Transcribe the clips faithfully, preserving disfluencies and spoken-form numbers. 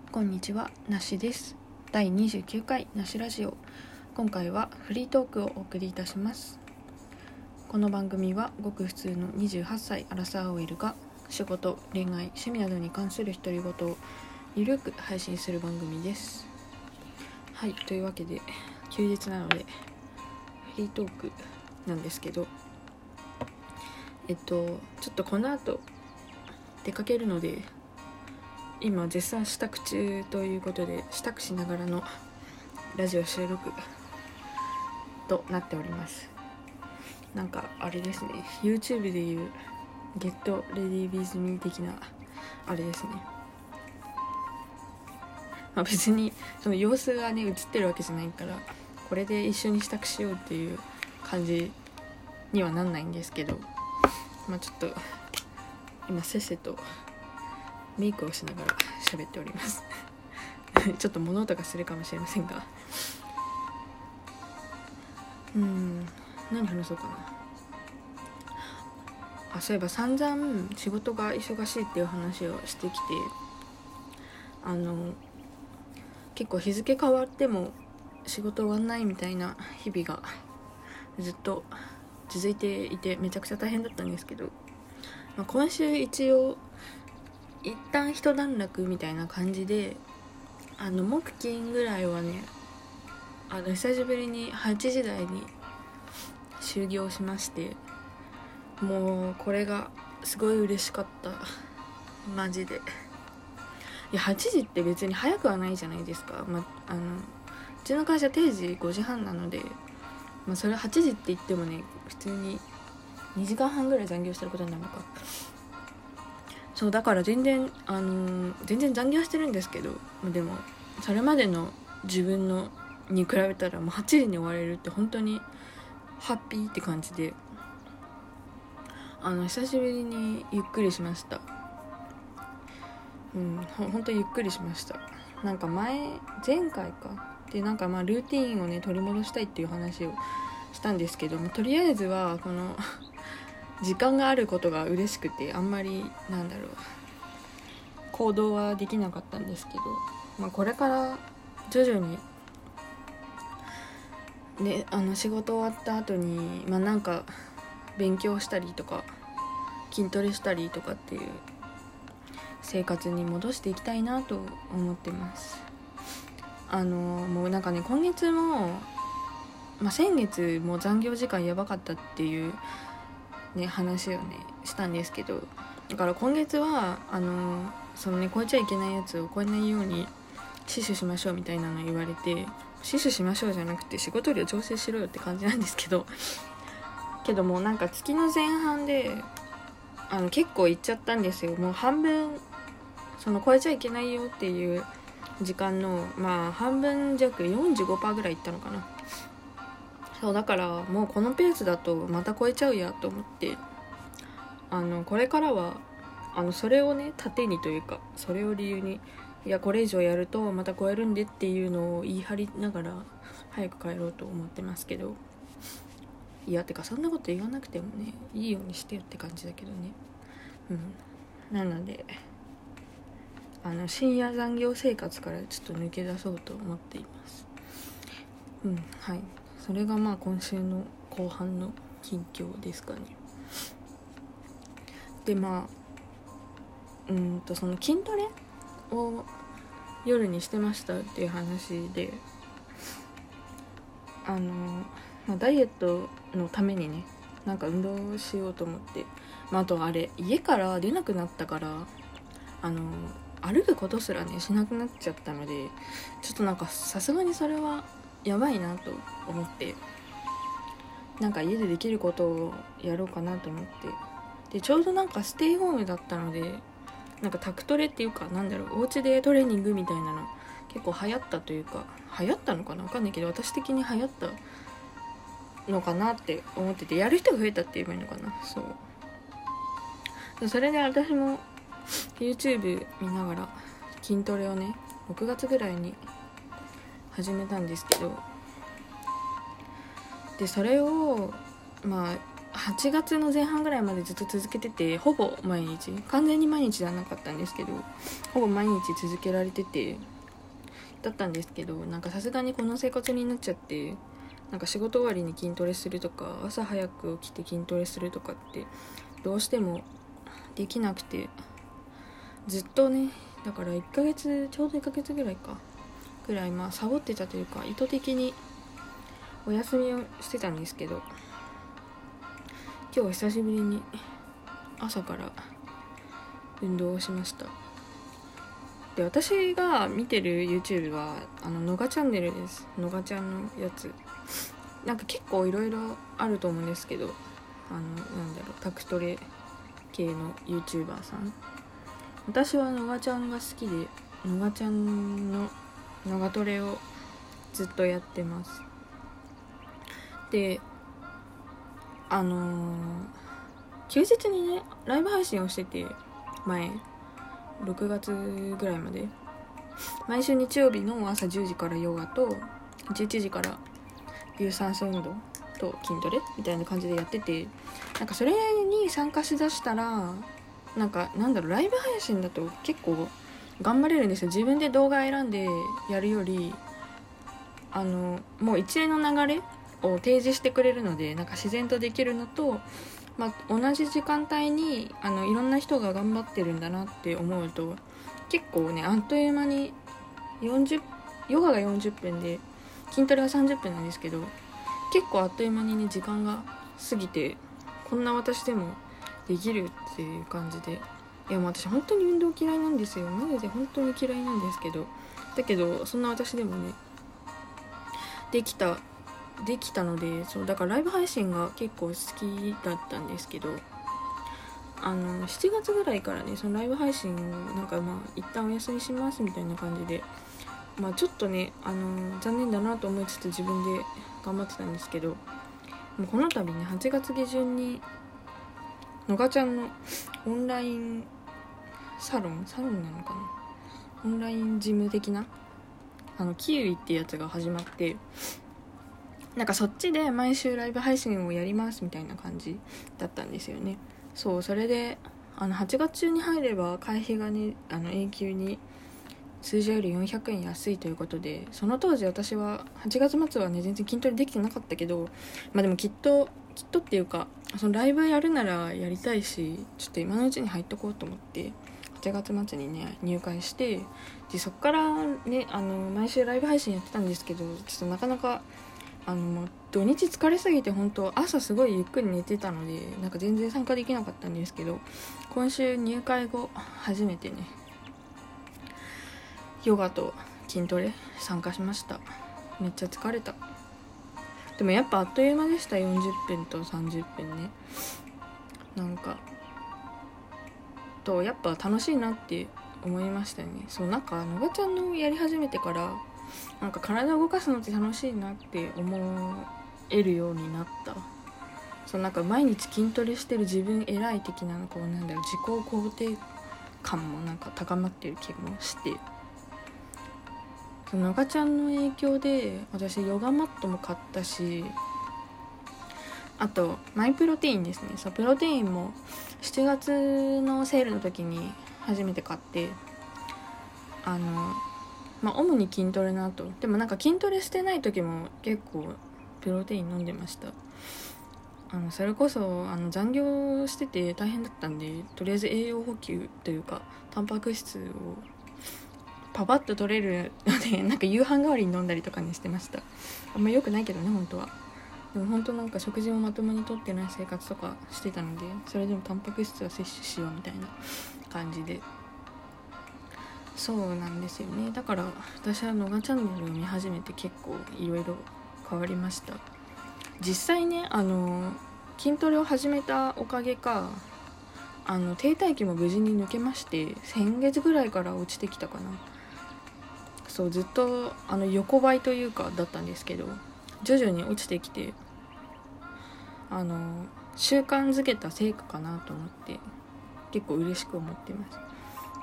こんにちは、なしです。だいにじゅうきゅうかいなしラジオ。今回はフリートークをお送りいたします。この番組はごく普通のにじゅうはっさいアラサー オーエル が仕事、恋愛、趣味などに関する独り言をゆるく配信する番組です。はい、というわけで休日なのでフリートークなんですけど、えっとちょっとこの後出かけるので、今絶賛支度中ということで、支度しながらのラジオ収録となっております。なんかあれですね、 YouTube でいう Get Ready With Me 的なあれですね。まあ、別にその様子がね映ってるわけじゃないから、これで一緒に支度しようっていう感じにはなんないんですけど、まあちょっと今せっせとメイクをしながら喋っておりますちょっと物音がするかもしれませんが、うーん何話そうかな。あ、そういえば散々仕事が忙しいっていう話をしてきて、あの結構日付変わっても仕事終わんないみたいな日々がずっと続いていて、めちゃくちゃ大変だったんですけど、まあ、今週一応一旦一段落みたいな感じで、あの木金ぐらいはね、あの久しぶりにはちじ台に就業しまして、もうこれがすごい嬉しかった。マジで。いやはちじって別に早くはないじゃないですか。まあのうちの会社定時ごじはんなので、まあ、それはちじって言ってもね、普通ににじかんはんぐらい残業してることになるのか。そうだから全然あのー、全然残業してるんですけど、でもそれまでの自分のに比べたらもうはちじに終われるって本当にハッピーって感じで、あの久しぶりにゆっくりしました。うんほ本当にゆっくりしました。なんか前前回かで、なんかまあルーティーンをね取り戻したいっていう話をしたんですけども、とりあえずはこの時間があることが嬉しくて、あんまりなんだろう行動はできなかったんですけど、まあ、これから徐々にね、あの仕事終わった後にまあなんか勉強したりとか筋トレしたりとかっていう生活に戻していきたいなと思ってます。あのもうなんかね、今月も、まあ、先月も残業時間やばかったっていうね話をねしたんですけど、だから今月はあのそのね超えちゃいけないやつを超えないように死守しましょうみたいなの言われて、死守しましょうじゃなくて仕事量調整しろよって感じなんですけどけどもなんか月の前半であの結構いっちゃったんですよ。もう半分その超えちゃいけないよっていう時間のまあ半分弱 よんじゅうごパーセント ぐらいいったのかな。そうだからもうこのペースだとまた超えちゃうやと思って、あのこれからはあのそれをね盾にというか、それを理由に、いやこれ以上やるとまた超えるんでっていうのを言い張りながら早く帰ろうと思ってますけど、いやてかそんなこと言わなくてもねいいようにしてよって感じだけどね。うんなのであの深夜残業生活からちょっと抜け出そうと思っています。うんはいそれがまあ今週の後半の近況ですかね。でまあうんとその筋トレを夜にしてましたっていう話で、あの、まあ、ダイエットのためにねなんか運動しようと思って、まあ、あとあれ家から出なくなったからあの歩くことすらねしなくなっちゃったので、ちょっとなんかさすがにそれはやばいなと思って、なんか家でできることをやろうかなと思って、でちょうどなんかステイホームだったので、なんかタクトレっていうかなんだろうお家でトレーニングみたいなの結構流行ったというか、流行ったのかなわかんないけど私的に流行ったのかなって思ってて、やる人が増えたって言えばいいのかな。そうでそれで私も YouTube 見ながら筋トレをねろくがつぐらいに始めたんですけど、でそれをまあはちがつの前半ぐらいまでずっと続けてて、ほぼ毎日、完全に毎日ではなかったんですけど、ほぼ毎日続けられててだったんですけど、なんかさすがにこの生活になっちゃって、なんか仕事終わりに筋トレするとか、朝早く起きて筋トレするとかってどうしてもできなくて、ずっとね、だからいっかげつ、ちょうどいっかげつぐらいかぐらいまあサボってたというか、意図的にお休みをしてたんですけど、今日は久しぶりに朝から運動をしました。で、私が見てる YouTube はあののがチャンネルです。のがちゃんのやつ、なんか結構いろいろあると思うんですけど、あのなんだろう、タクトレ系の YouTuber さん、私はのがちゃんが好きで、のがちゃんののがトレをずっとやってます。で、あのー、休日にねライブ配信をしてて、前ろくがつぐらいまで毎週日曜日の朝じゅうじからヨガとじゅういちじから有酸素運動と筋トレみたいな感じでやってて、なんかそれに参加しだしたら、なんかなんだろう、ライブ配信だと結構頑張れるんですよ。自分で動画選んでやるより、あのもう一連の流れを提示してくれるので、なんか自然とできるのと、まあ、同じ時間帯にあのいろんな人が頑張ってるんだなって思うと、結構ねあっという間によんじゅうヨガがよんじゅっぷんで筋トレがさんじゅっぷんなんですけど、結構あっという間にね時間が過ぎて、こんな私でもできるっていう感じで、いやもう私本当に運動嫌いなんですよ。マジで本当に嫌いなんですけど、だけどそんな私でもねできたできたので、そうだからライブ配信が結構好きだったんですけど、あのしちがつぐらいからねそのライブ配信をなんかまあ一旦お休みしますみたいな感じで、まあちょっとねあの残念だなと思いつつ自分で頑張ってたんですけど、もうこの度ねはちがつ下旬にのがちゃんのオンラインサロンサロンなのかな、オンラインジム的なあのキウイってやつが始まって、なんかそっちで毎週ライブ配信をやりますみたいな感じだったんですよね。そう、それであのはちがつ中に入れば会費がねあの永久に通常よりよんひゃくえん安いということで、その当時私ははちがつ末はね全然筋トレできてなかったけど、まあでもきっときっとっていうか、そのライブやるならやりたいし、ちょっと今のうちに入っとこうと思ってはちがつ末にね入会して、でそっからねあの毎週ライブ配信やってたんですけど、ちょっとなかなかあのもう土日疲れすぎて本当朝すごいゆっくり寝てたので、なんか全然参加できなかったんですけど、今週入会後初めてねヨガと筋トレ参加しました。めっちゃ疲れた。でもやっぱあっという間でした。よんじゅっぷんとさんじゅっぷんね、なんかとやっぱ楽しいなって思いましたね。そう、なんかのがちゃんのやり始めてからなんか体を動かすのって楽しいなって思えるようになった。そう、なんか毎日筋トレしてる自分偉い的なのこうなんだろう、自己肯定感もなんか高まってる気もして、のがちゃんの影響で私ヨガマットも買ったし、あとマイプロテインですね。そう、プロテインもしちがつのセールの時に初めて買って、あのまあ主に筋トレの後、でもなんか筋トレしてない時も結構プロテイン飲んでました。あのそれこそあの残業してて大変だったんで、とりあえず栄養補給というかタンパク質をパパッと取れるので、なんか夕飯代わりに飲んだりとかにしてました。あんま良くないけどね本当は。でも本当なんか食事もまともにとってない生活とかしてたので、それでもタンパク質は摂取しようみたいな感じで、そうなんですよね。だから私はのがチャンネルを見始めて結構いろいろ変わりました。実際ねあの筋トレを始めたおかげか、あの停滞期も無事に抜けまして、先月ぐらいから落ちてきたかな。そうずっとあの横ばいというかだったんですけど、徐々に落ちてきて、あの習慣づけた成果かなと思って結構嬉しく思ってます。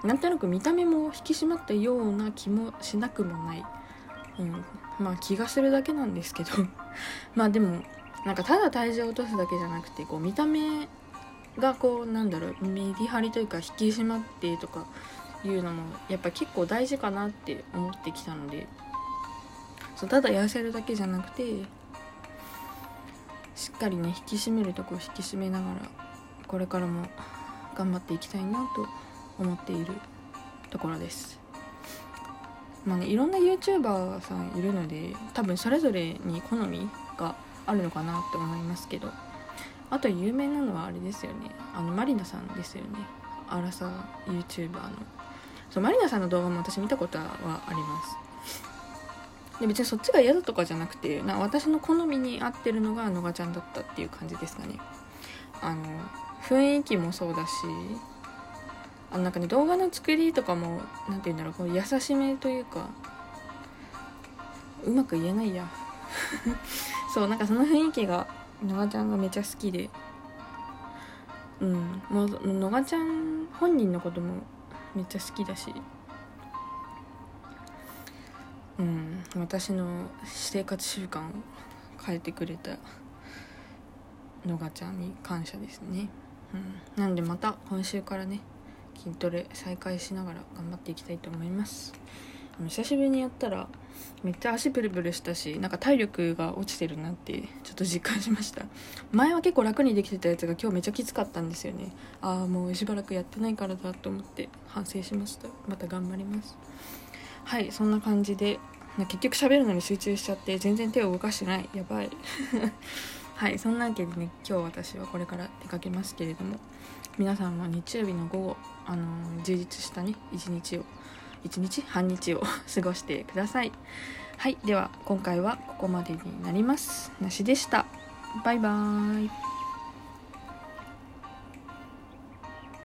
なんとなく見た目も引き締まったような気もしなくもない、うん、まあ気がするだけなんですけどまあでもなんかただ体重を落とすだけじゃなくて、こう見た目がこうなんだろう、メリハリというか引き締まってとかいうのもやっぱ結構大事かなって思ってきたので、そうただ痩せるだけじゃなくてしっかりね引き締めるとこを引き締めながらこれからも頑張っていきたいなと思っているところです。まあね、いろんな YouTuber さんいるので多分それぞれに好みがあるのかなって思いますけど、あと有名なのはあれですよね、あのマリナさんですよね。アラサー YouTuber のそうマリナさんの動画も私見たことはあります。で別にそっちが嫌だとかじゃなくて、な私の好みに合ってるのがのがちゃんだったっていう感じですかね。あの雰囲気もそうだし、あのなんかね動画の作りとかもなんていうんだろう、こう優しめというか、うまく言えないやそうなんかその雰囲気がのがちゃんがめちゃ好きで、うんもうのがちゃん本人のこともめっちゃ好きだし、うん、私の生活習慣を変えてくれたのがちゃんに感謝ですね、うん、なんでまた今週からね筋トレ再開しながら頑張っていきたいと思います。久しぶりにやったらめっちゃ足ブルブルしたし、なんか体力が落ちてるなってちょっと実感しました。前は結構楽にできてたやつが今日めっちゃきつかったんですよね。ああもうしばらくやってないからだと思って反省しました。また頑張ります。はい、そんな感じで結局喋るのに集中しちゃって全然手を動かしてない、やばいはい、そんなわけでね今日私はこれから出かけますけれども、皆さんも日曜日の午後、あのー、充実したね一日を一日半日を過ごしてください。はい、では今回はここまでになります。なしでした。バイバーイ。